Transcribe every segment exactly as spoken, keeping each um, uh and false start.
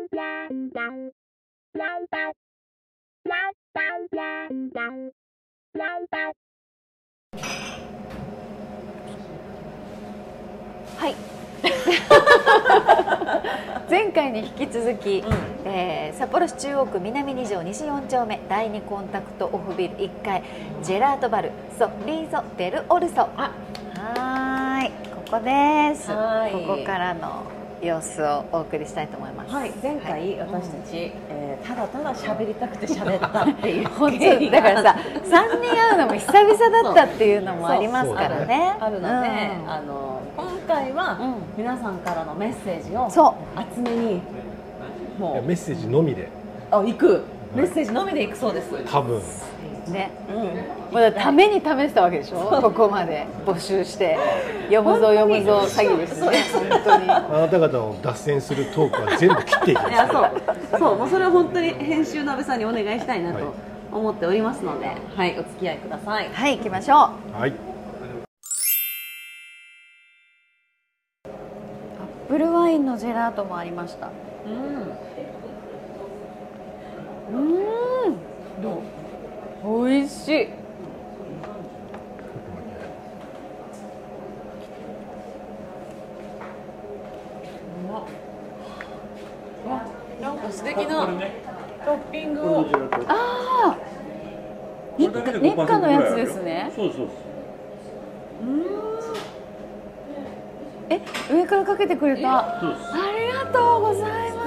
はい前回に引き続き、うんえー、札幌市中央区南に条西よん丁目だいにコンタクトオフビルいっかいジェラートバルソリーゾデルオルソ。あはーいここです。ここからの様子をお送りしたいと思います。 はい、前回、はい、私たち、うんえー、ただただ喋りたくて喋ったっていう本当だからささんにん会うのも久々だったっていうのもありますからね。 あるので、うん、あの今回は皆さんからのメッセージを集めにもうメッセージのみであ行くメッセージのみで行くそうです。 多分ね、うん、もうために試したわけでしょここまで募集して読むぞ読むぞ詐欺ですね本当にあなた方を脱線するトークは全部切っていきます。いやそうそうもうそれは本当に編集の阿部さんにお願いしたいなと思っておりますので、はい、はい、お付き合いください。 はい行きましょう。 はいアップルワインのジェラートもありました。うんうんどう美味しい。 なんか素敵なトッピングを。 ああ、日課のやつですね。 そうそう。 うん。え、上からかけてくれた。ありがとうございます。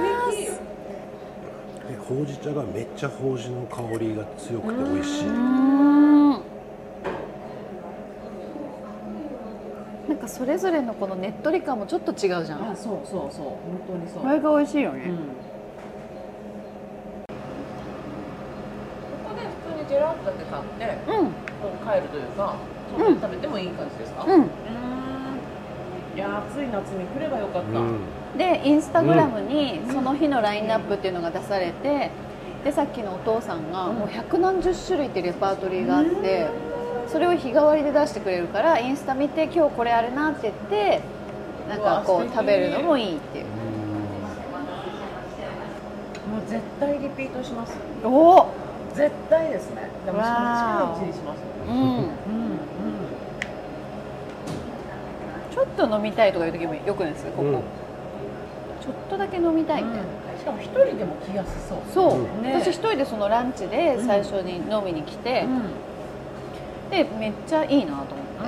ほうじ茶がめっちゃほうじの香りが強くて美味しい。 なんかそれぞれのこのねっとり感もちょっと違うじゃん。 あ、そうそうそう、本当にそう。 これが美味しいよね。うん、ここで普通にジェラートだけ買って、うん、帰るというか、その食べてもいい感じですか？うん。うんいや暑い夏に来ればよかった。うんでインスタグラムにその日のラインナップっていうのが出されて、でさっきのお父さんがもう百何十種類ってレパートリーがあって、それを日替わりで出してくれるからインスタ見て今日これあるなって言ってなんかこう食べるのもいいっていう。もう絶対リピートします。 おお絶対ですね。でも近いうちにします。うんうんうんちょっと飲みたいとかいう時もよくないですかここ、うん、ちょっとだけ飲みたいみたいな、うん、 しかも一人でも来やすそうそう、ね、私一人でそのランチで最初に飲みに来て、うん、でめっちゃいいなと思って、うん、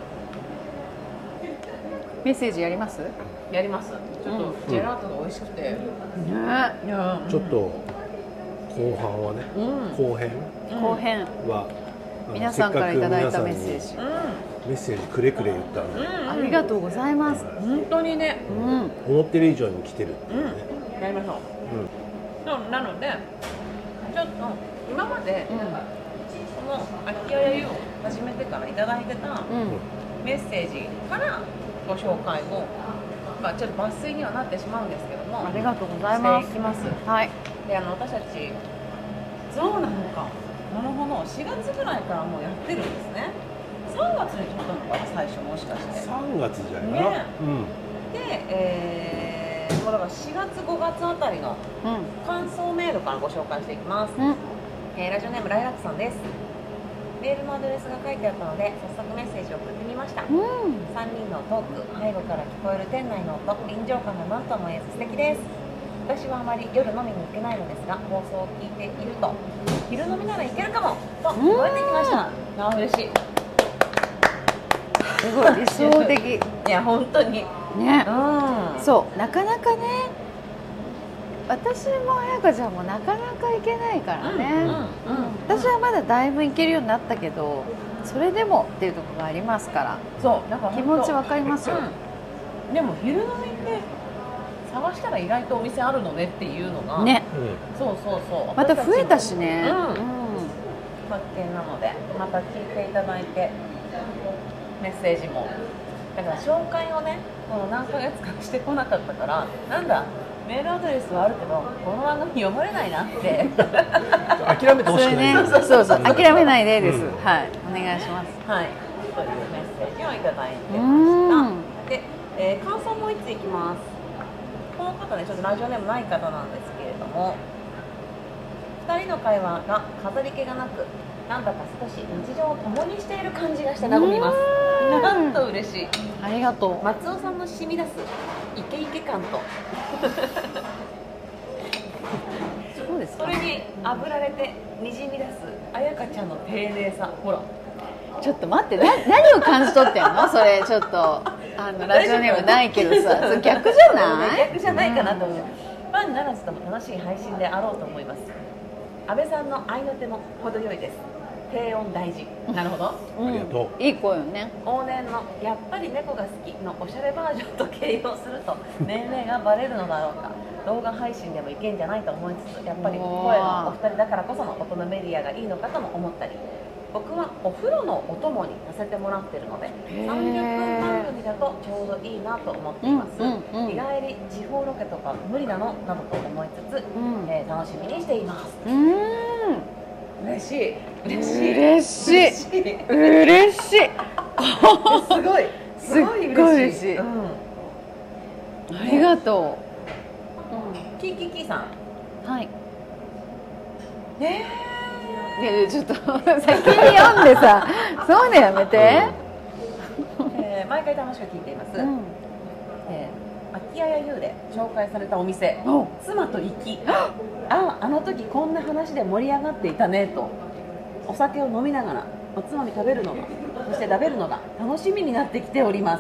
メッセージやりますやりますちょっとジェラートが美味しくて、うん、ねいやちょっと後半はね、うん、後編後編は皆さんからいただいたメッセージ、うんメッセージくれくれ言ったので、 ありがとうございます。 本当にね、 うん、思ってる以上に来てるっていうね、 うん、やりましょう、うん、なのでちょっと今まで、うん、この空き家や湯を始めてからいただいてた、うん、メッセージからご紹介を、まあ、ちょっと抜粋にはなってしまうんですけどもありがとうございます。 していきます。はい、であの私たちそうなのかなるほどしがつぐらいからもうやってるんですね。さんがつに撮ったのかな最初もしかしてさんがつじゃないかな、ねうん、 で、えー、もうだからしがつごがつあたりの感想メールからご紹介していきます、うんえー、ラジオネームライラックさんです。メールのアドレスが書いてあったので早速メッセージを送ってみました、うん、さんにんのトーク背後から聞こえる店内の音臨場感が何とも言えず素敵です。私はあまり夜飲みに行けないのですが放送を聞いていると昼飲みならいけるかもと聞こえてきました。あ嬉しいすごい理想的いや本当にね、うん、そうなかなかね私も彩香ちゃんもなかなか行けないからね、うんうんうん、私はまだだいぶ行けるようになったけどそれでもっていうところがありますからそうなんか気持ちわかりますよ、 うん、でも昼飲みって探したら意外とお店あるのねっていうのがね、 うん、そうそうそうまた増えたしね、うんうん、 発見なのでまた聞いていただいてメッセージもだから紹介をねこの何ヶ月かしてこなかったからなんだメールアドレスはあるけどこの番組読まれないなって諦めてほしくない、 ね、そうそうそう諦めないでです、うん、はいお願いしますはいというメッセージをいただいてましたで、えー、感想もいついきますこの方ねちょっとラジオネームない方なんですけれども、ふたりの会話が飾り気がなく、なんだか少し日常を共にしている感じがして和みます。なんと嬉しい。 ありがとう。 松尾さんの染み出すイケイケ感とそうですか。 それに炙られてにじみ出す彩香ちゃんの丁寧さ。ほらちょっと待って、な何を感じ取ってんの？それちょっとあのラジオネームないけどさ、それ逆じゃない？ 逆じゃないかなと思う。ファンならずとも楽しい配信であろうと思います。安倍さんの愛の手も程よいです。低音大事。なるほど、 うん、 ありがとういい声よね。 往年のやっぱり猫が好きのおしゃれバージョンと形容すると年齢がバレるのだろうか。動画配信でもいけんじゃないと思いつつ、やっぱり声のお二人だからこその音のメディアがいいのかとも思ったり、僕はお風呂のお供にさせてもらってるのでさんじゅっぷん番組だとちょうどいいなと思っています、 うんうんうん、 日帰り地方ロケとか無理なのなどと思いつつ、うんえー、楽しみにしています。 うーん、 嬉しい嬉しい嬉しい嬉しいすごいすっごい嬉しい、うん、ありがとう、うん、 キーキーキーさん、 はい、 えいやいやちょっと先に読んでさそういうのやめて、 うんえー、毎回楽しく聞いています、うんえー、秋谷優で紹介されたお店、妻と行きああの時こんな話で盛り上がっていたねとお酒を飲みながらおつまみ食べるのがそして食べるのが楽しみになってきております。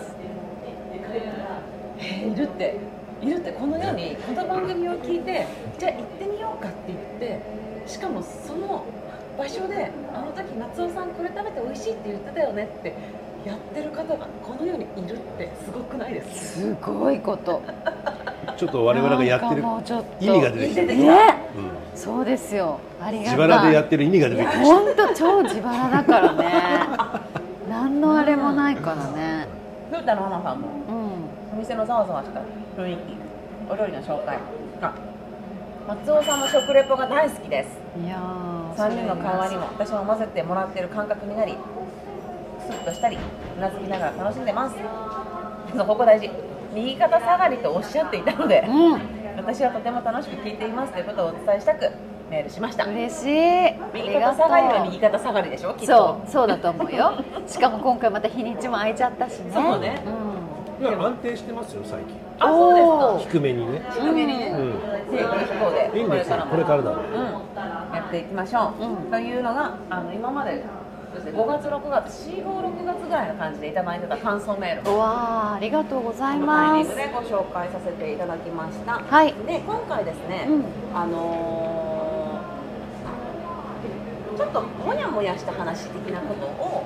えー、いるっているってこのようにこの番組を聞いてじゃあ行ってみようかって言ってしかもその場所であの時松尾さんこれ食べて美味しいって言ってたよねってやってる方がこの世にいるってすごくないですか？ すごいことちょっと我々がやってる意味が出てきたね、 ね、うん、そうですよ、ありがたい。 自腹でやってる意味が出てきた。 本当超自腹だからね何のあれもないからね。 ふうたのママさんも、うん、お店のざわざわした雰囲気、お料理の紹介あ松尾さんの食レポが大好きです。いやさんにんの会話にも私も混ぜてもらってる感覚になりスッとしたりうなずきながら楽しんでます。そうここ大事、右肩下がりとおっしゃっていたので、うん、私はとても楽しく聞いていますということをお伝えしたくメールしました。 嬉しい。 右肩下がりは右肩下がりでしょきっと。 そうそうだと思うよしかも今回また日にちも空いちゃったしね。 そうね、 うん、いや安定してますよ最近。 あ、そうですか。 低めにね低めにね、うん、低空飛行でいいんですよ、これからだね、うん、 やっていきましょう、うん、というのがあの今までごがつろくがつよん、ご、ろくがつぐらいの感じでいただいてた感想メール、 うわーありがとうございます。 タイミングでご紹介させていただきました。はい、で今回ですね、うん、あのー、ちょっともやもやした話的なことを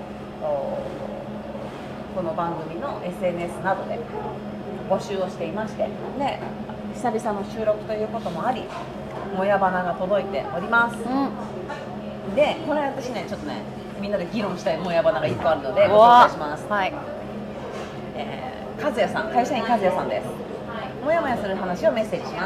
この番組の エスエヌエス などで募集をしていまして、で久々の収録ということもありもや花が届いております、うん、でこれ私ねちょっとねみんなで議論したいもや花がいっぱいあるのでご紹介します。はい、えー、和也さん、会社員和也さんです。もやもやする話をメッセージします。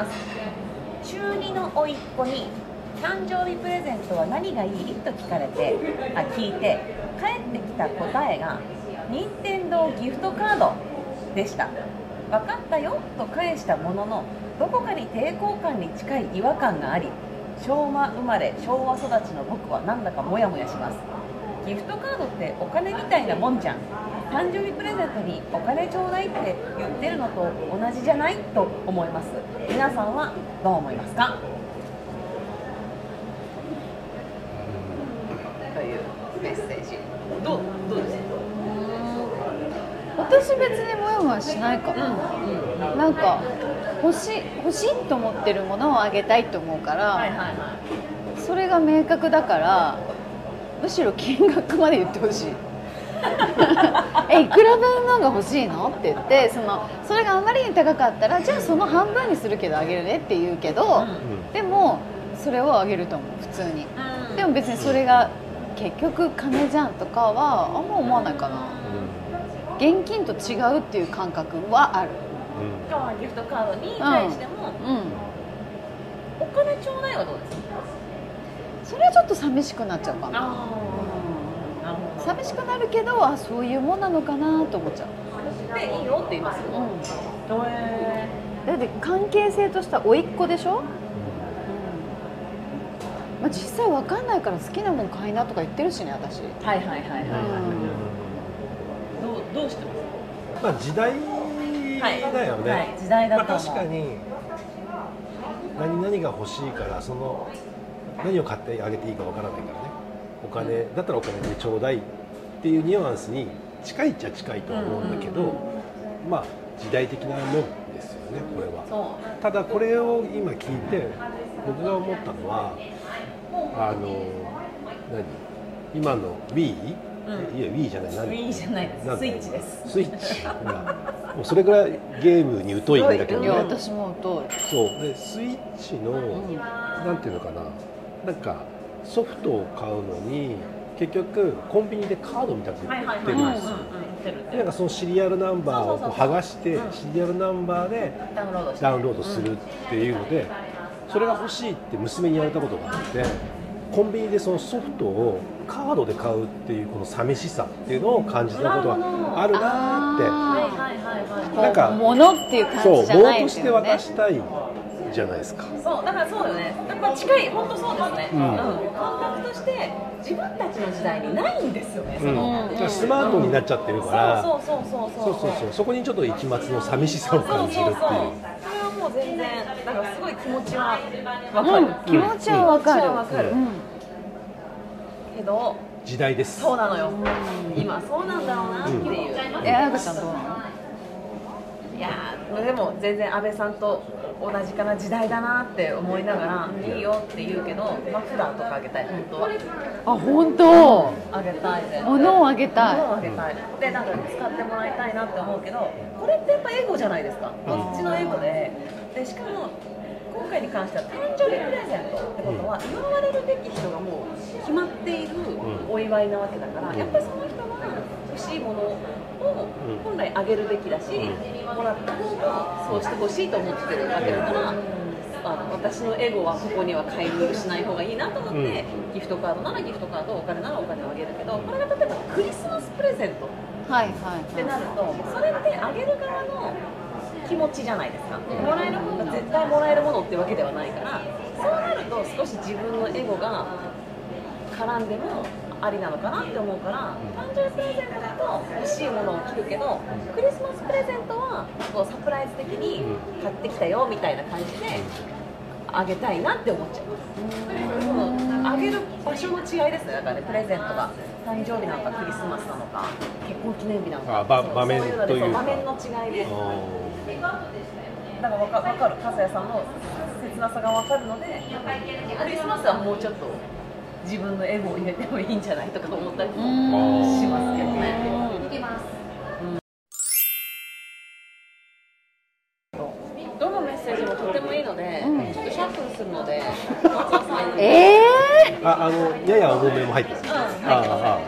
中にの甥っ子に誕生日プレゼントは何がいいと聞かれてあ聞いて返ってきた答えが任天堂ギフトカードでした。分かったよと返したもののどこかに抵抗感に近い違和感があり、昭和生まれ昭和育ちの僕はなんだかモヤモヤします。ギフトカードってお金みたいなもんじゃん。誕生日プレゼントにお金ちょうだいって言ってるのと同じじゃないと思います。皆さんはどう思いますかというメッセージ。どう、どうですか？ 私別にモヤモヤしないかな、うんうん、なんか欲しい欲しいと思ってるものをあげたいと思うから、はいはいはい、それが明確だからむしろ金額まで言ってほしいえいくら分のが欲しいのって言ってそのそれがあまりに高かったらじゃあその半分にするけどあげるねって言うけど、うん、でもそれをあげると思う普通に、うん、でも別にそれが結局金じゃんとかはあんま思わないかな、うん、現金と違うっていう感覚はある、 うん、今日のギフトカードに対しても、うんうん、お金ちょうだいはどうですか？ それはちょっと寂しくなっちゃうかな。あ、うん、寂しくなるけどあそういうもんなのかなと思っちゃう。 でいいよって言いますよ、うん、えだって関係性とした甥っ子でしょ、うんまあ、実際わかんないから好きなもん買いなとか言ってるしね私。 はいはいはいはいはい、うん、どうどうしてますまあ時代だよね、 はいはい、時代だと思う、 まあ、確かに何々が欲しいからその何を買ってあげていいかわからないからね、お金だったらお金でちょうだいっていうニュアンスに近いっちゃ近いとは思うんだけど、うんうんうん、まあ時代的なもんですよねこれは。ただこれを今聞いて僕が思ったのはあの何今の Wii？うん、いや Wii じゃない、何 Wii じゃないです、スイッチです。 スイッチほらもうそれぐらいゲームに疎いんだけどね。 私も疎い。 そうでスイッチの、うん、なんていうのかな、なんかソフトを買うのに結局コンビニでカードみたく売ってるんですよ。なんかそのシリアルナンバーをこう剥がしてシリアルナンバーでダウンロードするっていうので、それが欲しいって娘に言われたことがあって、コンビニでそのソフトをカードで買うっていうこの寂しさっていうのを感じたことがあるなって。なんか物っていう感じじゃないですよね。 そう、物として渡したいじゃないですか。 そうだからそうよね。やっぱ近い、本当そうですね。うん、感覚として自分たちの時代にないんですよね。その、 うん、スマートになっちゃってるから、 そうそうそうそうそうそうそう、そこにちょっと一末の寂しさを感じるっていう。そうそうそう、それはもう全然だからすごい気持ちはわかる、うん、 気持ちはわかる、 うん、かる、うん、けど時代です。 そうなのよ、うん、今そうなんだろうなっていう、うん、 え、あやかちゃんどうなの？ いやでも全然安倍さんと同じかな、時代だなって思いながらいいよって言うけど、マフラーとかあげたい、本当は。 あ、本当？ あげたい、 物をあげたい、 物をあげたいで、なんか使ってもらいたいなって思うけど、これってやっぱエゴじゃないですか、こっちのエゴで。でしかも今回に関しては誕生日プレゼントってことは、祝われるべき人がもう決まっているお祝いなわけだから、やっぱりその人が欲しいものを本来あげるべきだし、もらった方もそうしてほしいと思ってるわけだから、あの私のエゴはここには介入しない方がいいなと思って、ギフトカードならギフトカード、お金ならお金をあげるけど、これが例えばクリスマスプレゼントってなると、それってあげる側の気持ちじゃないですか。もらえる方が絶対もらえるものってわけではないから、そうなると少し自分のエゴが絡んでもありなのかなって思うから、誕生日プレゼントだと欲しいものを聞くけど、クリスマスプレゼントはこうサプライズ的に買ってきたよみたいな感じであげたいなって思っちゃいます。あげる場所の違いですね。だからね、プレゼントが誕生日なのかクリスマスなのか結婚記念日なのか、 あ、場面というか場面の違いで、だから分かる、粕谷さんの切なさが分かるので、クリスマスはもうちょっと自分のエゴを入れてもいいんじゃないとか思ったりもしますけどね。いきます、うん、どのメッセージもとてもいいので、うん、ちょっとシャッフルするので、 えー、 あ、あのやや重めも入ってます、うん、入ってます、はい、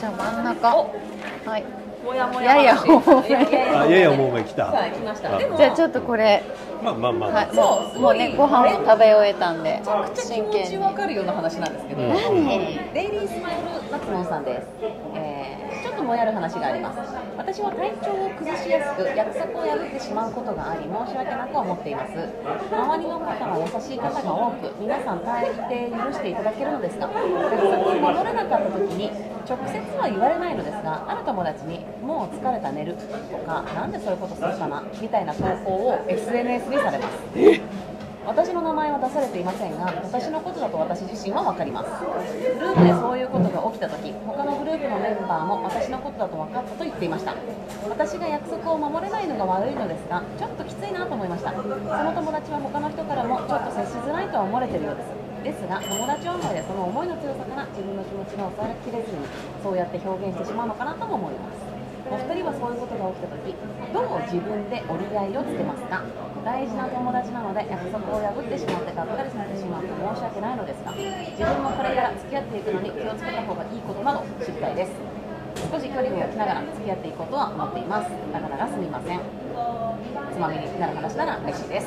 じゃあ真ん中、はい、 もやもややや重め、 やや重めきた。 はい、来ました。でもじゃあちょっとこれ、 まあまあまあ、 はい、もうもうね、ご飯を食べ終えたんで、 めちゃくちゃ気持ち分かるような話なんですけど、 何？ デイリースマイル松本さんです。えー、ちょっともやる話があります。私は体調を崩しやすく、約束を破ってしまうことがあり、申し訳なく思っています。周りの方は優しい方が多く、皆さん大抵許していただけるのですが、約束に戻れなかった時に直接は言われないのですが、ある友達にもう疲れた、寝るとか、なんでそういうことするかなみたいな投稿を エスエヌエス にされます。私の名前は出されていませんが、私のことだと私自身は分かります。グループでそういうことが起きたとき、他のグループのメンバーも私のことだと分かったと言っていました。私が約束を守れないのが悪いのですが、ちょっときついなと思いました。その友達は他の人からもちょっと接しづらいとは思われているようです。ですが、友達思いでその思いの強さから自分の気持ちが抑えきれずに、そうやって表現してしまうのかなとも思います。お二人はそういうことが起きたとき、どう自分で折り合いをつけますか？大事な友達なので約束を破ってしまってがっかりさせてしまうと申し訳ないのですが、自分もこれから付き合っていくのに気をつけた方がいいことなど知りたいです。少し距離を置きながら付き合っていこうとは思っています。だからすみません。つまみになる話なら嬉しいです。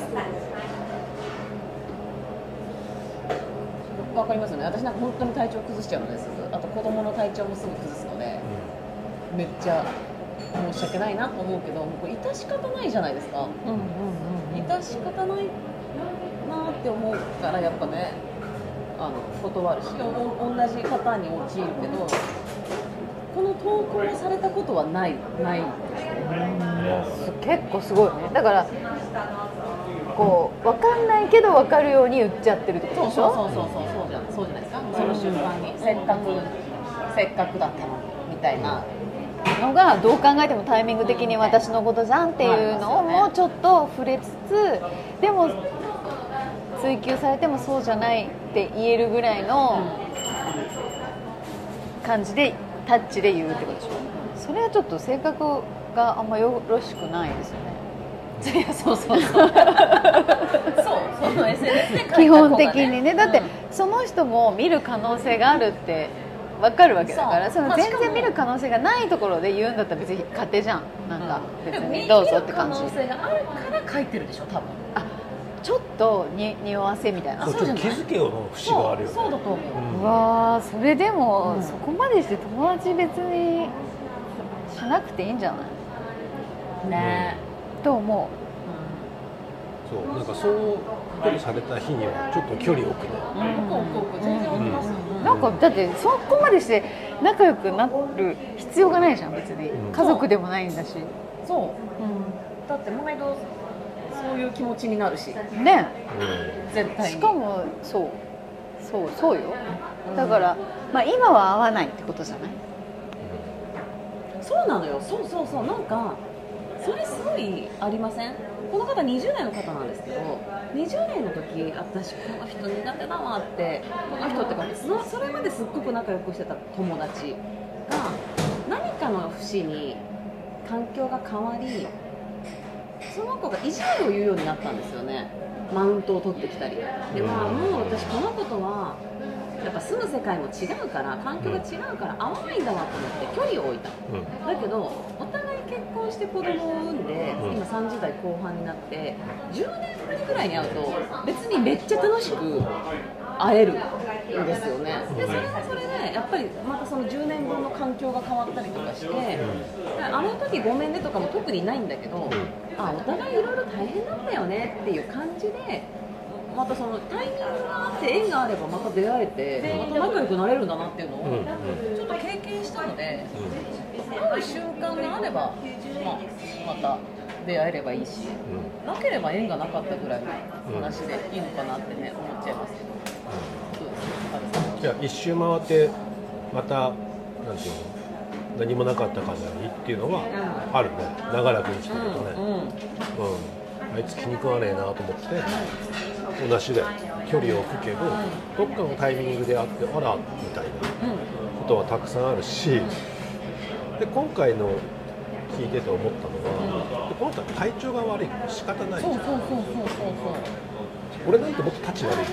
わかりますよね。私なんか本当に体調崩しちゃうのです。あと子供の体調もすぐ崩すので、めっちゃ申し訳ないなと思うけど、もうこれ致し方ないじゃないですか。うんうんうん、致し方ないなって思うからやっぱね、あの断るし、同じパターンに陥るけど、この投稿をされたことはないないです。結構すごいね。だからこう分かんないけど分かるように言っちゃってるってことでしょ。 そうそうそうそうそうじゃそうじゃないですか。その瞬間にせっかくせっかくだったのみたいなのがどう考えてもタイミング的に私のことじゃんっていうのをもうちょっと触れつつ、でも追求されてもそうじゃないって言えるぐらいの感じでタッチで言うってことでしょ。それはちょっと性格があんまよろしくないですよね。 いやそうそうそうそうその エスエヌエス で書いた子がね、 基本的にね。だって、うん、その人も見る可能性があるって分かるわけだから、その全然見る可能性がないところで言うんだったら別に勝手じゃん。なんか別にどうぞって感じ。 見る可能性があるから書いてるでしょ多分。 あ、ちょっとに匂わせみたいな。 そう、ちょっと気づけよの節があるよね。 そうだと思う。 うん、うわー、それでも、うん、そこまでして友達別にしなくていいんじゃないね、うん、と思う。 そう、なんかそういうことされた日にはちょっと距離を置くね。 全然置きます。 なんかだってそこまでして仲良くなる必要がないじゃん別に、うん、家族でもないんだし。 そう、うん、だって毎度そういう気持ちになるしね、 うん、絶対に。 しかもそうそうそうよ、うん、だから、まあ、今は会わないってことじゃない。 そうなのよ。そうそうそう、なんかそれすごいありません？この方にじゅう代の方なんですけど、にじゅう代の時私この人苦手だわって、この人ってかそれまですっごく仲良くしてた友達が何かの節に環境が変わり、その子が意地悪を言うようになったんですよね。マウントを取ってきたりで、まあもう私この子とはやっぱ住む世界も違うから環境が違うから合わないんだわと思って距離を置いた、うん、だけどお互い結婚して子供を産んで、うん、今さんじゅう代後半になってじゅうねんぶりぐらいに会うと別にめっちゃ楽しく会えるんですよね。でそれはそれでやっぱりまたそのじゅうねんぶんの環境が変わったりとかして、うん、あの時ごめんねとかも特にないんだけど、うん、あお互いいろいろ大変なんだよねっていう感じで、またそのタイミングがあって縁があればまた出会えてまた仲良くなれるんだなっていうのをちょっと経験したので、会う瞬間があれば、まあ、また出会えればいいし、なければ縁がなかったぐらいの話でいいのかなってね思っちゃいますけど、どうですか？ いや一周回ってまたなんていうの何もなかったかないっていうのはあるね。長らく生きてるとね、うんうんうん、あいつ気に食わねえなと思って同じで距離を置くけど、どっかのタイミングであってあらみたいなことはたくさんあるし、で今回の聞いてて思ったのは、この人は体調が悪いから仕方ないじゃん。俺なんてもっと立ち悪いから、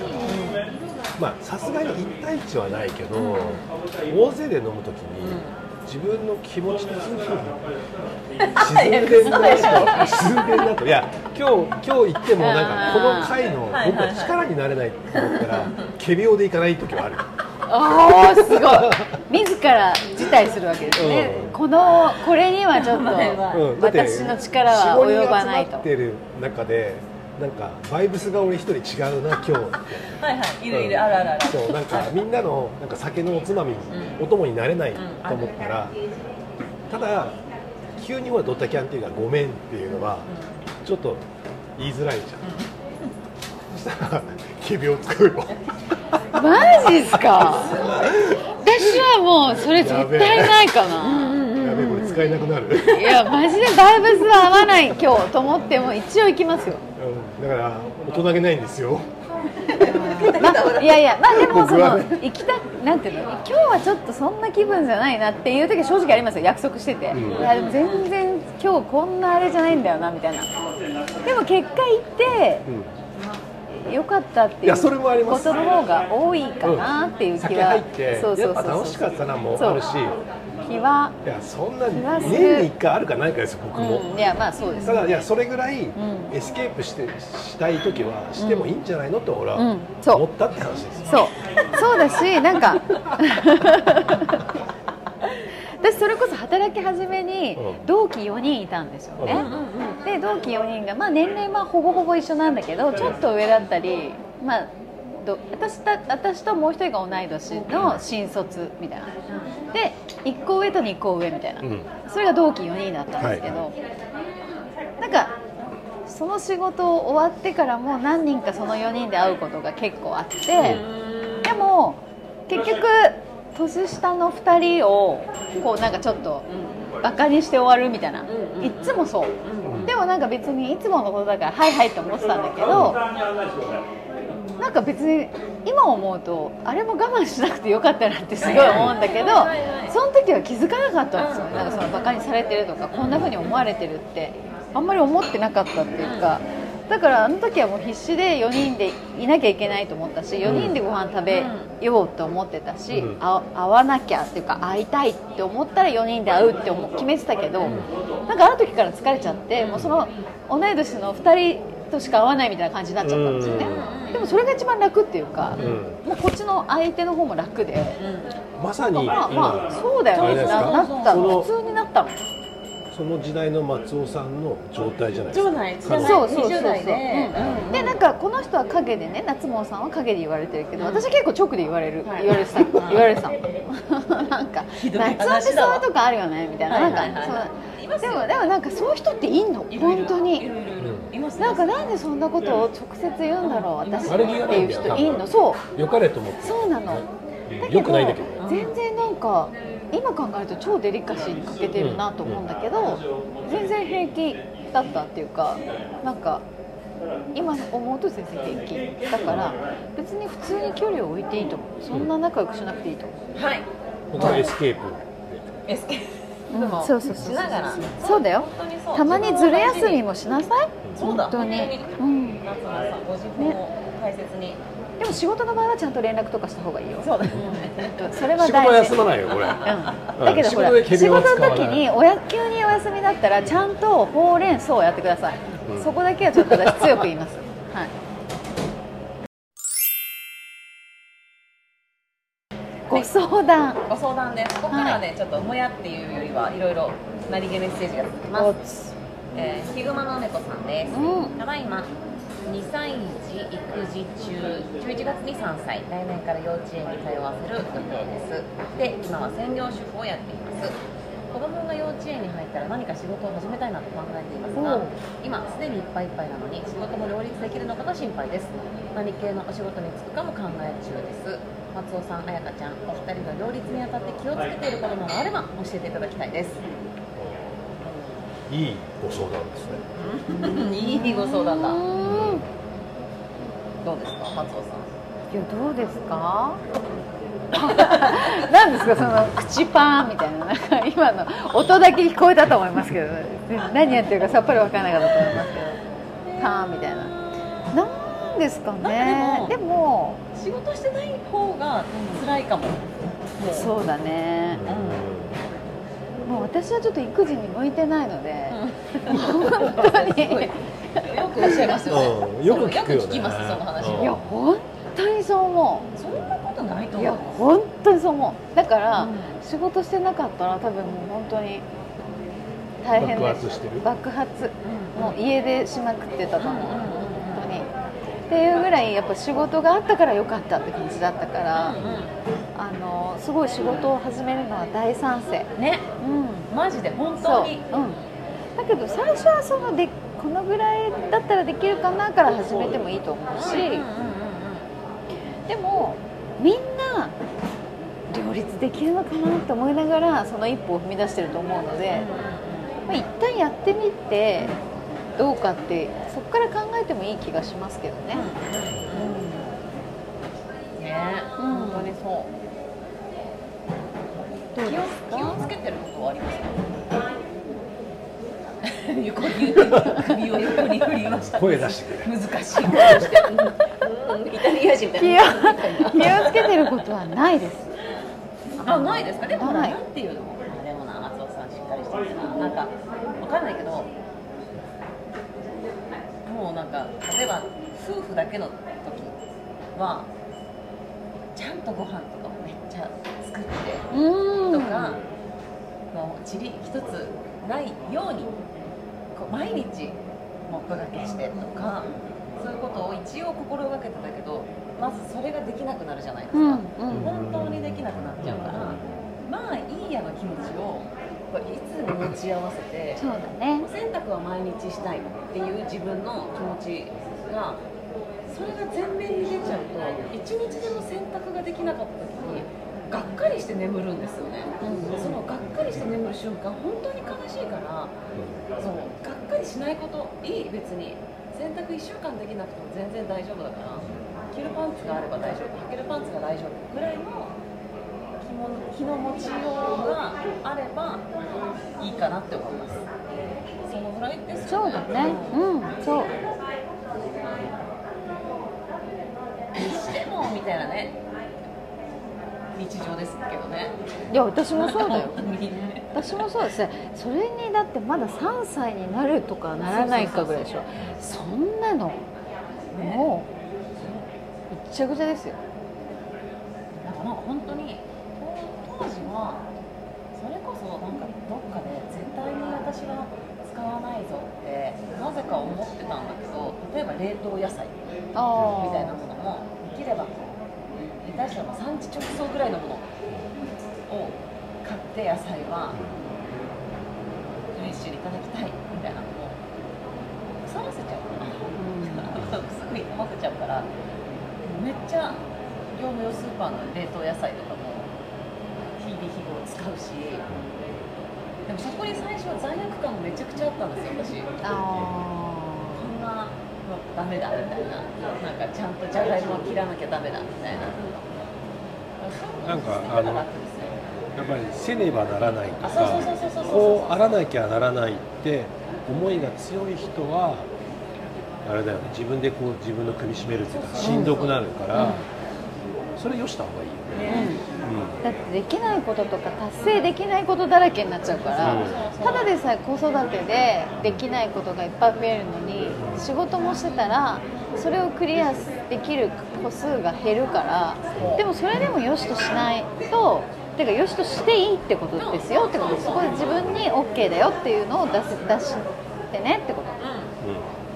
まあさすがにいち対いちはないけど、大勢で飲むときに自分の気持ちの沈んでんなと沈んでんなと、いや今日今日行ってもなんかこの回の僕は力になれないと思ったら仮病で行かない時はある。 あーすごい自ら辞退するわけですね、うん、このこれにはちょっと、うん、私の力は及ばないと。 よん、ごにん集まってる中でなんかバイブスが俺一人違うな今日ってはいはいいるいる、うん、あるあるある。 そうなんかみんなのなんか酒のおつまみ、うん、お供になれないと思ったら、ただ急にほらドタキャンっていうかごめんっていうのはちょっと言いづらいじゃん、うん、そしたら仮病作るよマジっすか私はもうそれ絶対ないかな。 やべえこれ使えなくなるいやマジでバイブスは合わない今日と思っても一応行きますよ、 うん、だから大人げないんですよま、いやいやまあでもその行きたなんていうの今日はちょっとそんな気分じゃないなっていう時は正直ありますよ。約束してて、うん、いやでも全然今日こんなあれじゃないんだよなみたいな。でも結果行って、うん、よかったっていうことの方が多いかなっていう気は、 酒入ってそうそうそうそうやっぱ楽しかったなもあるし気は、 いやそんな年にいっかいあるかないかですよ僕も、 うん、いやまあそうです、ね、 ただいやそれぐらいエスケープしてしたい時はしてもいいんじゃないのって俺は思ったって話ですよ、 そうそうだしなんか私それこそ働き始めに同期よにんいたんですよね、うん、で同期よにんが、まあ、年齢はほぼほぼ一緒なんだけどちょっと上だったり、まあ、ど 私, た私ともう一人が同い年の新卒みたいなでいっこ上とにこ上みたいな、うん、それが同期よにんだったんですけど、はい、なんかその仕事終わってからも何人かそのよにんで会うことが結構あって、でも結局年下のふたりをこうなんかちょっとバカにして終わるみたいな、いつもそう、でもなんか別にいつものことだからはいはいって思ってたんだけど、なんか別に今思うとあれも我慢しなくてよかったなってすごい思うんだけど、その時は気づかなかったんですよね。なんかそのバカにされてるとかこんな風に思われてるってあんまり思ってなかったっていうか、だからあの時はもう必死でよにんでいなきゃいけないと思ったし、よにんでご飯食べようと思ってたし、うん、あ会わなきゃっていうか会いたいって思ったらよにんで会うって思決めてたけど、なんかあの時から疲れちゃって、もうその同い年のふたりとしか会わないみたいな感じになっちゃったんですよね。でもそれが一番楽っていうか、うん、もうこっちの相手の方も楽で、 うん、まさにまあまあそうだよね、な, なったの普通になったの。 その時代の松尾さんの状態じゃないですか。 そうそうそうそう。でなんかこの人は陰でね、夏門さんは陰で言われてるけど、私は結構直で言われる、はい、言われてた言われてたなんか夏尾ってそういうとこあるよねみたいな、なんかそうでもでもなんかそういう人っていんの本当に。なんかなんでそんなことを直接言うんだろう私っていう人いんの。そう良かれと思ってそうなの。 良くないんだけど全然なんか今考えると超デリカシーに欠けてるなと思うんだけど、全然平気だったっていうか、なんか今思うと全然平気だから別に普通に距離を置いていいと思う。そんな仲良くしなくていいと思う。 はい、 僕はエスケープエスケープ、 うん、そうそうそうしながらそうだよ。たまにずる休みもしなさい。 そうだ本当に、 うん、夏野さんご自分を大切に、ね、 でも仕事の場合はちゃんと連絡とかした方がいいよ。 そうだね。 それは大事。仕事は休まないよこれ。うん、 だけどほら仕事の時におや急にお休みだったらちゃんとほうれん草をやってください。うん、そこだけはちょっと私強く言います。はい。ご相談。 ご相談です。ここからはね、はい、ちょっともやっていうよりはいろいろ何気メッセージが続きます。えー、ヒグマの猫さんです。うん、ただいまにさい児育児中、じゅういちがつにさんさい、来年から幼稚園に通わせる予定です。で、今は専業主婦をやっています。子供が幼稚園に入ったら何か仕事を始めたいなと考えていますが、今すでにいっぱいいっぱいなのに仕事も両立できるのかが心配です。何系のお仕事に就くかも考え中です。松尾さん、彩香ちゃん、お二人が両立にあたって気をつけていることなどあれば教えていただきたいです。 いいご相談ですね。 いいご相談だ。うん、どうですか、松尾さん。 いや、どうですか。なんですか、その口パーンみたいな、なんか今の音だけ聞こえたと思いますけど、何やってるかさっぱりわからなかったと思いますけど、パーンみたいな。なんですかね。でも、でも仕事してない方が辛いかも。 うん、そうだね。うんもう私はちょっと育児に向いてないので、うん、本当によくおっしゃいますよね。 うん、よく聞くよね。 よく聞きますその話を。 いや本当にそう思う。そんなことないと思う。 いや本当にそう思う。だから、うん、仕事してなかったら多分もう本当に大変です。 爆発してる。 爆発、うん、もう家出しまくってたと思う、うん、本当に。っていうぐらいやっぱ仕事があったから良かったって感じだったから。うんうんあのすごい仕事を始めるのは大賛成ね、うん、マジで本当にそう、うん、だけど最初はそのでこのぐらいだったらできるかなから始めてもいいと思うし、でもみんな両立できるのかなって思いながらその一歩を踏み出してると思うので、まあ、一旦やってみてどうかってそこから考えてもいい気がしますけどね、 うん、ね、うん、本当にそう。気を、気をつけてることはありますか？横に首を横に振りました。 声出してくれ。 難しい声をしてる。イタリア人みたいな。 気をつけてることはないです。 あ、ないですか？でもなんていうの？でもな、松尾さんしっかりしてるな。なんかわかんないけど、もうなんか例えば夫婦だけの時はちゃんとご飯とかもめっちゃ作ってとか、 もう塵一つないようにこう毎日モップがけしてとか、そういうことを一応心がけてたけど、まずそれができなくなるじゃないですか、うんうん、本当にできなくなっちゃうから、まあいいやの気持ちをいつも持ち合わせて、 そうだね、 洗濯は毎日したいっていう自分の気持ちが、それが前面に出ちゃうと、一日でも洗濯ができなかった時にがっかりして眠るんですよね、うんうん、そのがっかりして眠る瞬間本当に悲しいから、そうがっかりしないこといい、別に洗濯いっしゅうかんできなくても全然大丈夫だから、着るパンツがあれば大丈夫、履けるパンツが大丈夫ぐらいの気の持ちようがあればいいかなって思います。そのぐらいですよね。そうだね。うん、そう。 にしてもみたいなね、日常ですけどね。 いや、私もそうだよ。私もそうですね。それにだってまださんさいになるとかならないかぐらいでしょ。そんなの、ね、もうぐっちゃぐちゃですよ。 なんかなんか本当に。当時はそれこそなんかどっかで絶対に私は使わないぞってなぜか思ってたんだけど、例えば冷凍野菜みたいなものもできれば下手したら産地直送ぐらいのものを買って野菜はフレッシュにいただきたいみたいなのを腐らせちゃうから、うん、すぐに困せちゃうから、めっちゃ業務用スーパーの冷凍野菜とかも日々日頃使うし、でもそこに最初は罪悪感がめちゃくちゃあったんですよ、私。あこんなのダメだみたいな、なんかちゃんとじゃがいもを切らなきゃダメだみたいな。 なんかあのやっぱりせねばならないとか、こうあらなきゃならないって思いが強い人はあれだよね、自分でこう自分の首絞めるっていうかしんどくなるから、それよした方がいいよね。うん、 だってできないこととか達成できないことだらけになっちゃうから、ただでさえ子育てでできないことがいっぱい増えるのに、仕事もしてたらそれをクリアできる個数が減るから、でもそれでもよしとしないと、てかよしとしていいってことですよってこと、そこで自分に オーケー だよっていうのを出せ出してねってこと。うん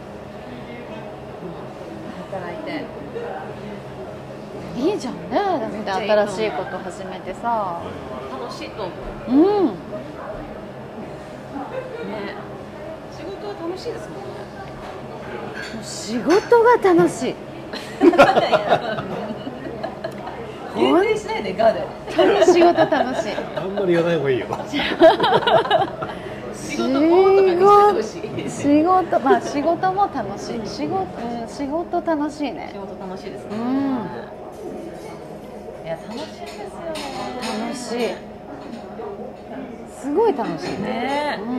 うん、働いていいじゃんね。だって新しいこと始めてさ、 楽しいと思う。 うん。ね、 仕事は楽しいですもんね。 もう仕事が楽しい。 言定しないでガーで。 仕事楽しい。 あんまり言わない方がいいよ。 仕事もとかにしてほしい。 仕事、まあ仕事も楽しい。仕事、うん、仕事楽しいね。 仕事楽しいですね。 うん。 いや楽しいですよね。 楽しい。すごい楽しいね。 うん。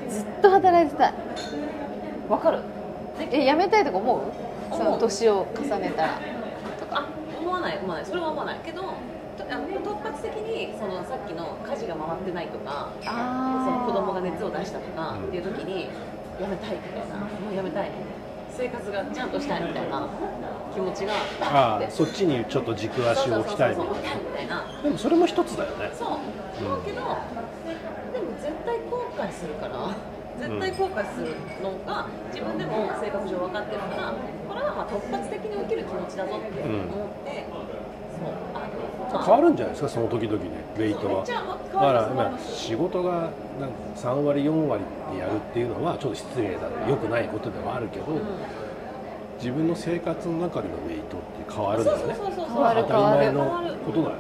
ずっと働いてたい。 わかる。 え、辞めたいとか思う？その年を重ねたらとか。あ、思わない思わない。それは思わないけど、あの突発的にそのさっきの家事が回ってないとか、その子供が熱を出したとかっていう時に辞めたいみたいな、もう辞めたい。生活がちゃんとしたいみたいな気持ちがあって、 ああ、そっちにちょっと軸足を置きたいみたいな。でもそれも一つだよね。 そう思うけど、でも絶対後悔するから、絶対後悔するのが自分でも性格上分かってるから、これはまあ突発的に起きる気持ちだぞって思って、うん、そうあの変わるんじゃないですか、その時々でウェイトは。だから今仕事がなんかさん割よん割でやるっていうのはちょっと失礼だ、良くないことではあるけど、うん、自分の生活の中でのウェイトって変わるんだよね。 変わる当たり前のことだよね。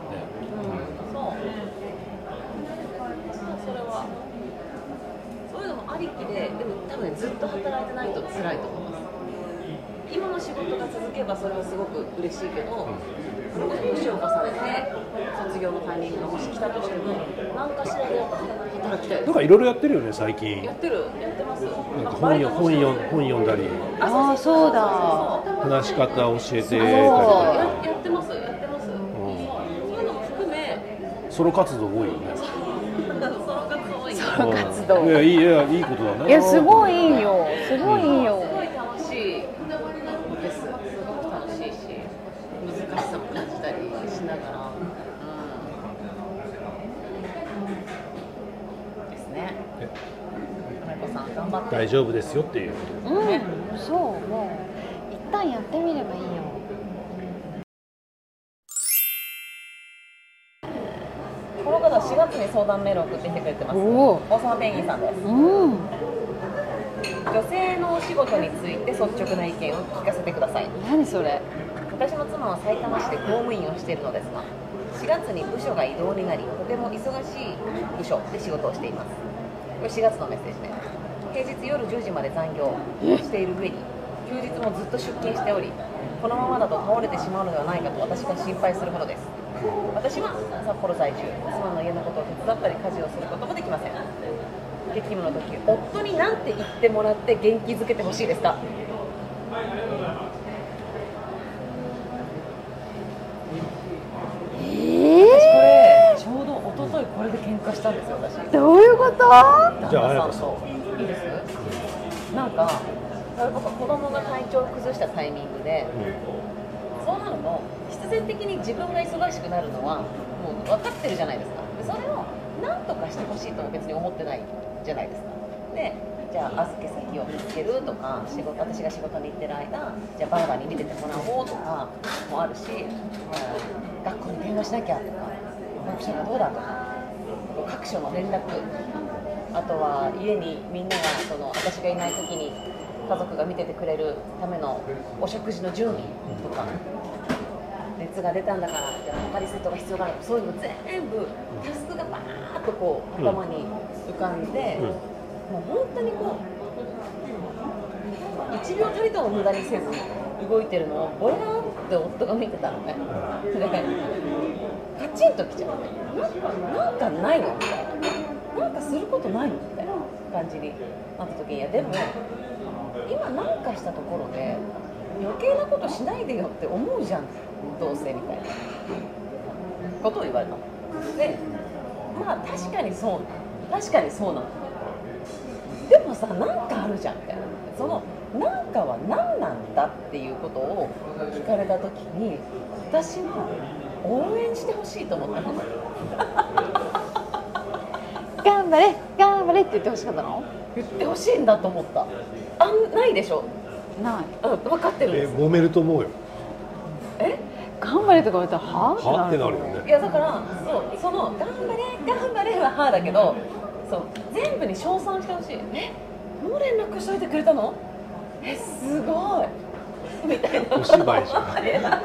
それはそういうのもありきで、でも多分、ね、ずっと働いてないと辛いと思います。今の仕事が続けばそれはすごく嬉しいけど、年を重ねて卒業のタイミングがもし来たとしても、何かしらで働きたいです。 なんかいろいろやってるよね、最近。 やってる、やってます。 なんか本よ本よ本読んだり、 ああ、そうだ、 話し方教えてたりとか。 やってます、やってます。うん、そういうのも含めソロ活動多いよね。 ソロ活動多い。 ソロ活動。 いや、いい、いや、いいことだね。 いや、すごいいいよ、すごいいいよ。 すごい楽しいです。すごく楽しいし、難しさも感じたりしながら、うん、 頑張って大丈夫ですよっていうことうん、そうもう一旦やってみればいいよ。 この方はしがつに相談メールを送ってきてくれてます。 お王様ペンギンさんです。 うん、 女性のお仕事について率直な意見を聞かせてください。 何それ。 私の妻は埼玉市で公務員をしているのですが、しがつに部署が異動になり、とても忙しい部署で仕事をしています。これしがつのメッセージで、平日夜じゅうじまで残業している上に休日もずっと出勤しており、このままだと倒れてしまうのではないかと私が心配するほどです。私は札幌在住、妻の家のことを手伝ったり家事をすることもできません。激務の時、夫に何て言ってもらって元気づけてほしいですか？ えー、 私これちょうど一昨日これで喧嘩したんですよ。私どういうこと？ じゃあ彩香さんいいです？なんかそれこそ子供が体調を崩したタイミングで、うん、そうなると必然的に自分が忙しくなるのはもう分かってるじゃないですか。でそれを何とかしてほしいとも別に思ってないじゃないですか。でじゃあ預け先を見つけるとか、仕事私が仕事に行ってる間じゃあバーバーに見ててもらおうとかもあるし、学校に電話しなきゃとか、保育所がどうだとか、各所の連絡、あとは家にみんながその私がいない時に家族が見ててくれるためのお食事の準備とか、熱が出たんだからじゃあポカリスエットが必要だとか、そういうの全部タスクがバーッとこう頭に浮かんで、うんうん、もう本当にこういちびょうたりとも無駄にせず動いてるのをぼやーって夫が見てたのね。でカチンときちゃって、なんかなんかないのみたいな、なんかすることないのみたいな感じになった時に、いやでも今なんかしたところで余計なことしないでよって思うじゃん、どうせみたいなことを言われたので、まあ確かにそう確かにそうなの。でもさ、なんかあるじゃんみたいな、そのなんかは何なんだっていうことを聞かれたときに、私は応援してほしいと思ったの。 頑張れ頑張れって言ってほしかったの？ 言ってほしいんだと思った。あんないでしょ？ ない。 うん、分かってるんです。 え揉めると思うよ。 え頑張れとか言われたらはぁはってなるよね。 いやだからそう、その頑張れ頑張れははだけど、そう全部に称賛してほしい。えもう連絡しといてくれたの？えすごいみたいな。 お芝居じゃん。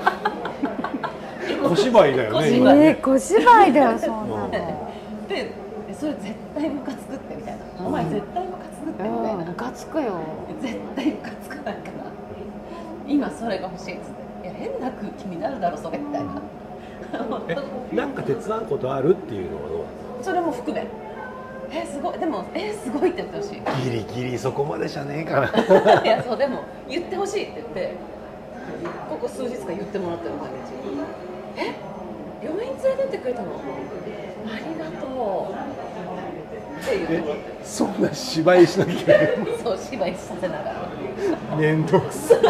小芝居だよね。 今ね、小芝居だよそんなの。 でそれ絶対ムカつくってみたいな、うん、お前絶対ムカつくってみたいな、 ムカつくよ絶対ムカつかないから今それが欲しいっつって、いや変な空気になるだろそれみたいな。 えなんか手伝うことあるっていうのはどう？ それも含めえすごいでもえすごいって言ってほしい。 ギリギリそこまでじゃねえかな。 いやそうでも言ってほしいって言ってここ数日間言ってもらってる毎日。え病院連れてってくれたの？ありがとうって言ってもらってる。 そんな芝居しなきゃいけない。 そう芝居させながら面倒くさい。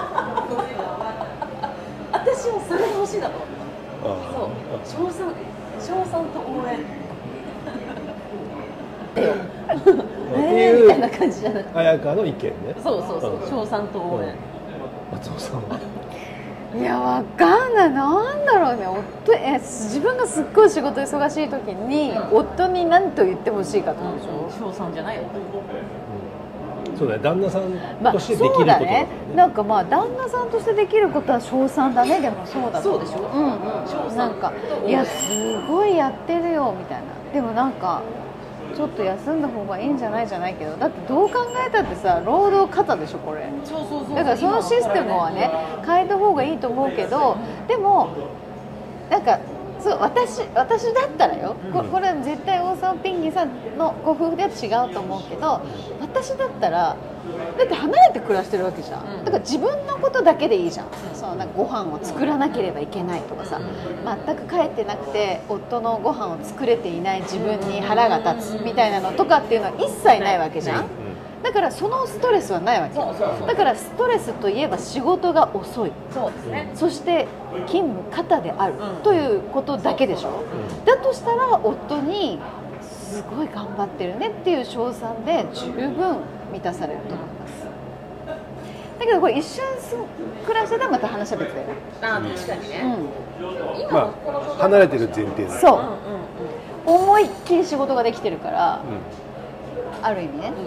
私もそれが欲しいだと思った。そう称賛称賛と応援っていうみたいな感じじゃない。 彩香の意見ね。 そうそうそう、称賛と応援。 松尾さんはいやわかんない、なんだろうね。夫え自分がすっごい仕事忙しい時に夫に何と言ってほしいかってことでしょ。 称賛じゃないよ。 そうだね、旦那さんとしてできることだね。 なんかまあ旦那さんとしてできることは称賛だね。でもそうだそうでしょ。 うんうん。なんかいやすごいやってるよみたいな。でもなんかちょっと休んだ方がいいんじゃないじゃないけど、だってどう考えたってさ労働過多でしょこれ。 そうそうそう。 だからそのシステムはね変えた方がいいと思うけど、でもなんかそう私私だったらよ、ここれは絶対大沢ペンギンさんのご夫婦では違うと思うけど、私だったらだって離れて暮らしてるわけじゃん。だから自分のことだけでいいじゃん。そうなんかご飯を作らなければいけないとかさ、全く帰ってなくて夫のご飯を作れていない自分に腹が立つみたいなのとかっていうのは一切ないわけじゃん。だからそのストレスはないわけ。だからストレスといえば仕事が遅い、 そうですね、 そして勤務過多であるということだけでしょ。だとしたら夫にすごい頑張ってるねっていう称賛で十分満たされると思います。だけどこれ一緒に暮らしてたらまた話は別だよね。 ああ確かにね、 うん、今まあ離れてる前提だ。 そう、うんうんうん、思いっきり仕事ができてるから、うん、ある意味ね、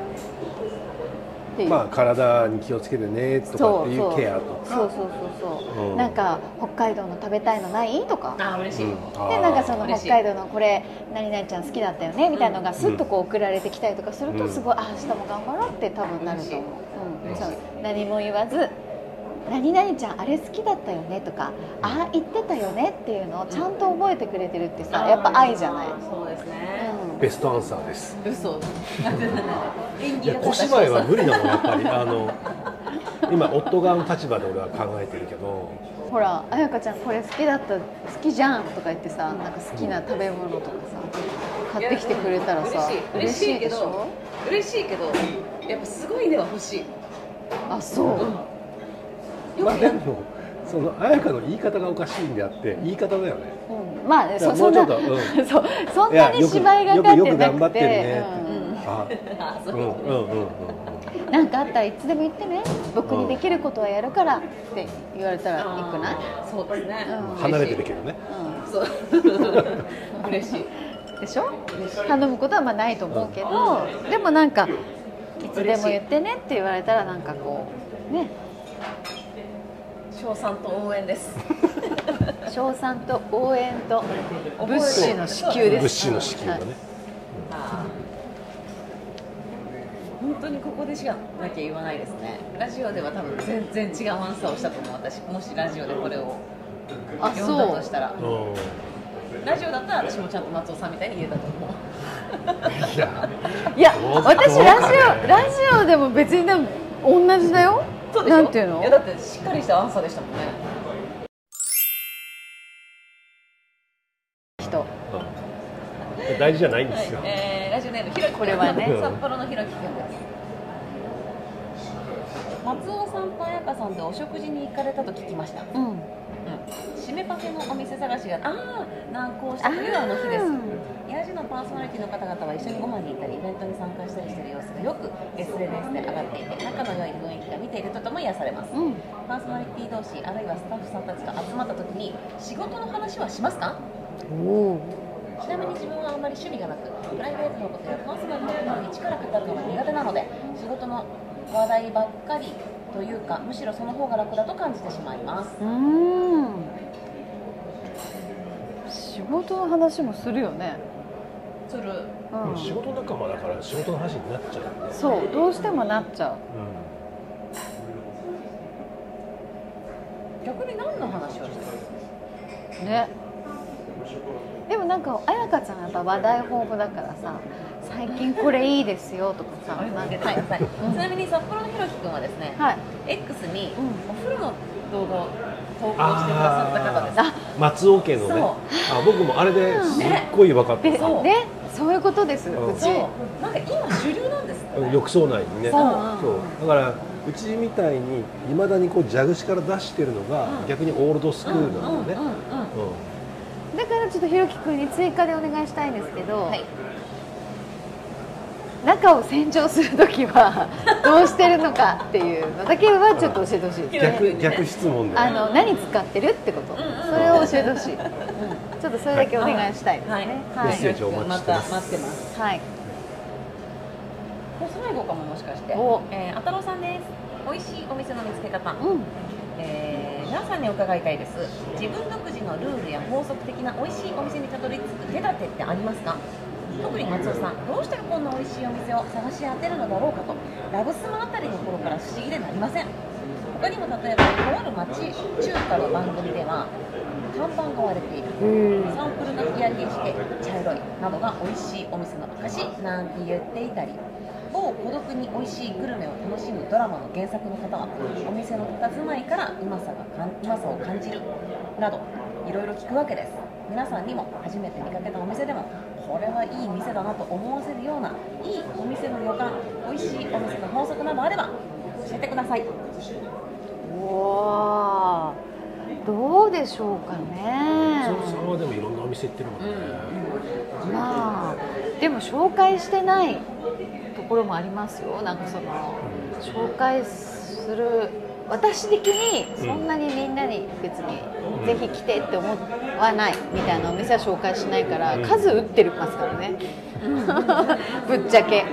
うん、まあ体に気をつけてねとかっていうケアとか、 そうそうそうそう、うん、なんか北海道の食べたいのないとか、 あ嬉しい、うん、 でなんかその北海道のこれ何々ちゃん好きだったよねみたいなのがスッとこう送られてきたりとかすると、すごい、うん、あ明日も頑張ろうって多分なると思う。うん、そう何も言わず何々ちゃんあれ好きだったよねとか、ああ言ってたよねっていうのをちゃんと覚えてくれてるってさ、やっぱ愛じゃない。 そうですね、 うん、ベストアンサーです。 嘘いや小芝居は無理だもんやっぱりあの今夫側の立場で俺は考えてるけど、 ほら彩香ちゃんこれ好きだった好きじゃんとか言ってさ、なんか好きな食べ物とかさ買ってきてくれたらさ嬉しいでしょ。嬉しいけどやっぱすごいねは欲しい。 あそう、 うん、まあでもその彩香の言い方がおかしいんであって言い方だよね、 うん、まあそそんな、うん、そうそんなに芝居がかってなくて、よくよく頑張ってるねって、あうんうんうんうん、なんかあったらいつでも言ってね、僕にできることはやるからって言われたらいいくない？ そうですね、 うん、離れてるけどね、 うん、そう嬉しいでしょ。頼むことはまあないと思うけど、うん、でもなんかいつでも言ってねって言われたらなんかこうね、 賞賛と応援です賞賛と応援と物資の支給です。 物資の支給だね、 はい、本当にここでしかなきゃ言わないですね。ラジオでは多分全然違うアンサーをしたと思う。私もしラジオでこれを読んだとしたら、ラジオだったら私もちゃんと松尾さんみたいに言えたと思ういや、 いや私ラジオラジオでも別に同じだよ。 そうでしょ。 なんていうの？ いやだってしっかりしたアンサーでしたもんね。人、 うん、大事じゃないんですよ、 はい、えー、ラジオネームひろき、 これはね札幌のひろきくんです。松尾さんと彩香さんでお食事に行かれたと聞きました。うん、うん、締めパフェのお店探しがあ難航したというあの日です。ヤジのパーソナリティの方々は一緒にご飯に行ったりイベントに参加したりしている様子がよく エスエヌエス で上がっていて、仲の良い雰囲気が見ているととも癒されます、うん、パーソナリティ同士あるいはスタッフさんたちが集まった時に仕事の話はしますか？おちなみに自分はあまり趣味がなくプライベートのことやパーソナルなことに力をかけるのが苦手なので、仕事の話題ばっかりというかむしろその方が楽だと感じてしまいます。うーん、 仕事の話もするよね。 する、 うん、仕事仲間だから仕事の話になっちゃう、ね、 そうどうしてもなっちゃう、 うん、逆に何の話をしてるね。でもなんか彩香ちゃんはやっぱ話題豊富だからさ、最近これいいですよとかさ、 はいはい、ちなみに札幌のひろきくんはですね、はい、X にお風呂の動画を投稿してくださった方です。あ松尾家のね、あ僕もあれですっごい分かった、 ね、そうね、そういうことです、 うん、うちなんか今主流なんですね、 浴槽内にね。そうそうだからうちみたいにいまだにこう蛇口から出してるのが、うん、逆にオールドスクールなんだね。 だからちょっとひろきくんに追加でお願いしたいんですけど、はい、中を洗浄するときはどうしてるのかっていうのだけはちょっと教えてほしいですね。 逆、逆質問で、 あの何使ってるってこと、それを教えてほしい、うん、ちょっとそれだけお願いしたいですね。はいはいはい、 メッセージをお待ちしてます。 また待ってます。はい。もう最後かももしかして。 お、 えー、あたろうさんです。美味しいお店の見つけ方。うん。えー、皆さんに伺いたいです。自分独自のルールや法則的な美味しいお店にたどり着く手立てってありますか？特に松尾さん、どうしてこんな美味しいお店を探し当てるのだろうかとラブスマあたりの頃から不思議でなりません。他にも例えばとある町中華の番組では看板が割れている、サンプルが日焼けして茶色いなどが美味しいお店の証なんて言っていたり、某孤独に美味しいグルメを楽しむドラマの原作の方はお店の佇まいからうまさがかんうまさを感じるなどいろいろ聞くわけです。皆さんにも初めて見かけたお店でもこれはいい店だなと思わせるようないいお店の予感、美味しいお店の法則などあれば教えてください。 わー、どうでしょうかね。 松尾さんはでもいろんなお店行ってるもんね、 うん、まあでも紹介してないところもありますよ。なんかその紹介する、私的にそんなにみんなに別にぜひ来てって思わないみたいなお店は紹介しないから、数打ってますからね、ぶっちゃけ、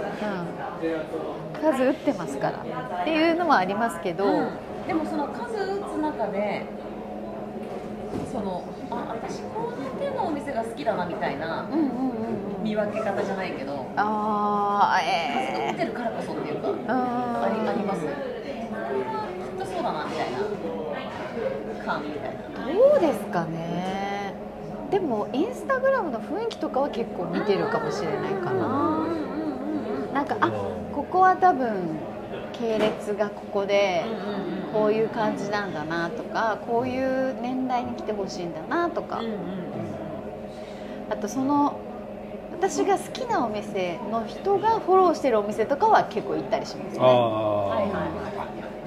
うん、数打ってますからっていうのはありますけど、うん、 でもその数打つ中でそのあ私こういうのお店が好きだなみたいな見分け方じゃないけど、 あ、えー、数打ってるからこそっていうか、あ, あ, りあります。きっとそうだなみたいな感みたいな。 どうですかね。でもインスタグラムの雰囲気とかは結構見てるかもしれないかな。なんかあここは多分系列がここでこういう感じなんだなとか、こういう年代に来てほしいんだなとか、あとその私が好きなお店の人がフォローしてるお店とかは結構行ったりしますね。あ、はいはいはい、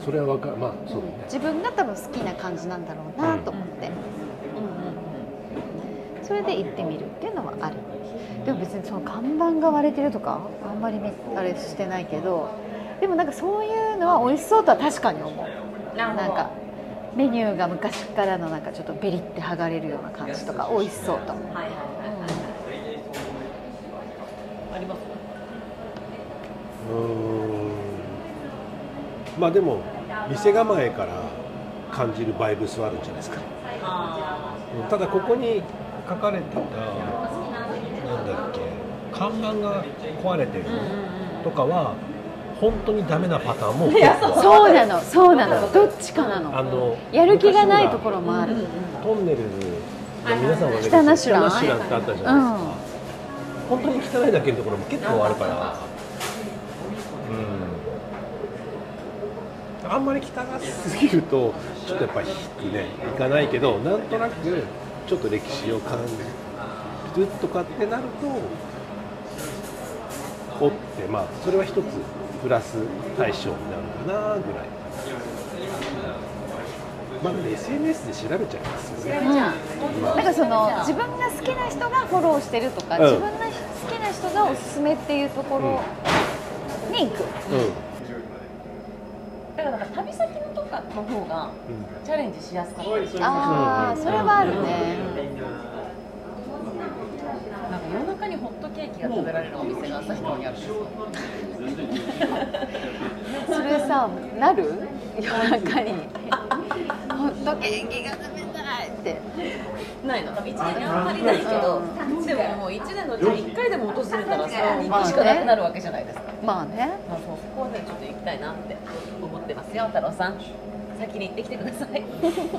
それはわかる。まあそうだね、 自分が多分好きな感じなんだろうなと思って、それで行ってみるっていうのはある。でも別にその看板が割れてるとかあんまりあれしてないけど、でもなんかそういうのは美味しそうとは確かに思う。なんかメニューが昔からのなんかちょっとベリって剥がれるような感じとか美味しそうと思う。はいはいはい、 あります。 うーん、まあでも店構えから感じるバイブスはあるんじゃないですか。あ、ただここに書かれてたなんだっけ、看板が壊れてるとかは本当にダメなパターンも結構ある。 そうなの、そうなの、どっちかなの。 あのやる気がないところもある。 トンネルズ皆さんが北ナシュランってあったじゃないですか、うん、本当に汚いだけのところも結構あるから、うん、あんまり汚すぎるとちょっとやっぱりねいかないけど、なんとなくちょっと歴史を感じるとかってなるとおって、まあそれは一つプラス対象になるかなぐらい。まあ、エスエヌエス で調べちゃいますよね。うん、 なんかその自分が好きな人がフォローしてるとか、うん、自分が好きな人がおすすめっていうところに行く。うんうん、 だからなんか旅先のとかの方がチャレンジしやすかったりする。 ああ、それはあるね。 なんか夜中にホットケーキが食べられるお店が旭川にあるんですよ。 それさ、なる？夜中にホットケーキが食べたいってないの。多分いちねんにあんまりないけど、でももういちねんのうちにいっかいでも訪れたらさ、にこしかなくなるわけじゃないですか。 まあね。 まあそう、そこはねちょっと行きたいなって思ってますよ。太郎さん、先に行ってきてください。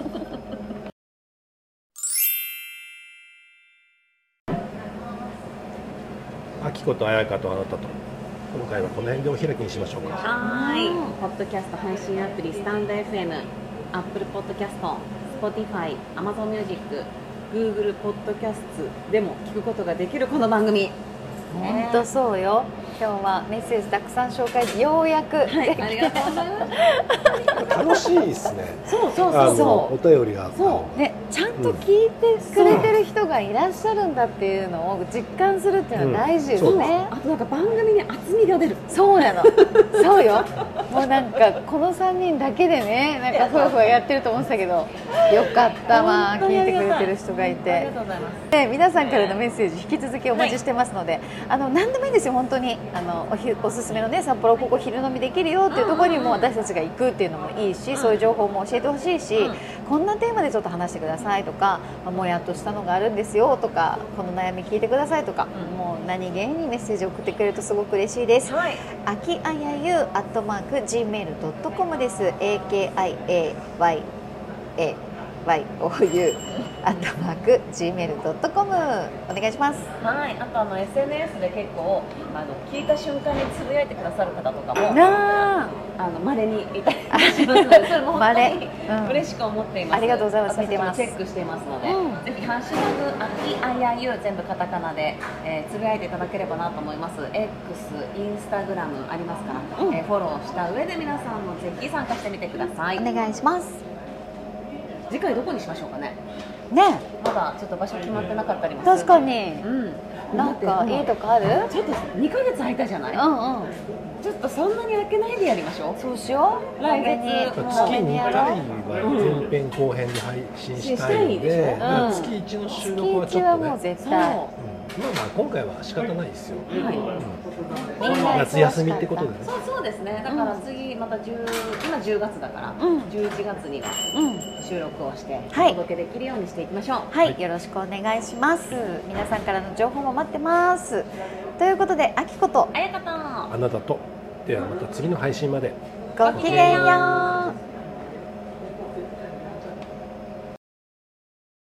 あきことあやかとあなたと、今回はこの辺でお開きにしましょうか。 はい、ポッドキャスト配信アプリスタンド エフエム、アップルポッドキャスト、Spotify、Amazon Music、Google ポッドキャストでも聞くことができるこの番組。 本当そうよ。今日はメッセージたくさん紹介でようやく、はい、 ありがとうございます。 楽しいですね。 そうそうそうそう。 お便りがそうね、ちゃんと聞いてくれてる人がいらっしゃるんだっていうのを実感するっていうのは大事ですね。 あとなんか番組に厚みが出る。 そうなの。そうよ。もうなんかこのさんにんだけでね、なんか夫婦はやってると思ってたけど、よかったわ、聞いてくれてる人がいて。 ありがとうございます。 で、皆さんからのメッセージ引き続きお待ちしてますので、あの何でもいいんですよ本当に。あの お, ひおすすめのね、札幌ここ昼飲みできるよっていうところにも私たちが行くっていうのもいいし、そういう情報も教えてほしいし、こんなテーマでちょっと話してくださいとか、もやっとしたのがあるんですよとか、この悩み聞いてくださいとか、もう何気にメッセージ送ってくれるとすごく嬉しいです。あきあやゆアットマーク ジーメールドットコム です。 エーケーアイエーワイエーワイオーユー アットマーク ジーメールドットコム お願いします。 はい、あとあの エスエヌエス で結構あの聞いた瞬間につぶやいてくださる方とかもなあの稀にいたりしますので、それも本当に嬉しく思っています。 ありがとうございます。見てます。 チェックしていますので、うん、ぜひハッシュタグあきあやゆ全部カタカナで、えー、つぶやいていただければなと思います。 X、インスタグラムありますから、うん、えー、フォローした上で皆さんもぜひ参加してみてください。 お願いします。 次回どこにしましょうかね。 ね、 まだちょっと場所決まってなかったりもする。確かに。 うん。 なんかいいとこある？ ちょっとにかげつ空いたじゃない？ うんうん。 ちょっとそんなに開けないでやりましょう。 そうしよう。 来月月にかいは前編後編で配信したいので、月いちの収録はちょっとね。月いちはもう絶対。まあまあ今回は仕方ないですよ。はい。夏休みってことでね。 そうそうですね。だから次またじゅう今じゅうがつだからじゅういちがつには収録をしてお届けできるようにしていきましょう。 はい、よろしくお願いします。皆さんからの情報も待ってます。ということで、あきことあやかとあなたとではまた次の配信までごきげんよう。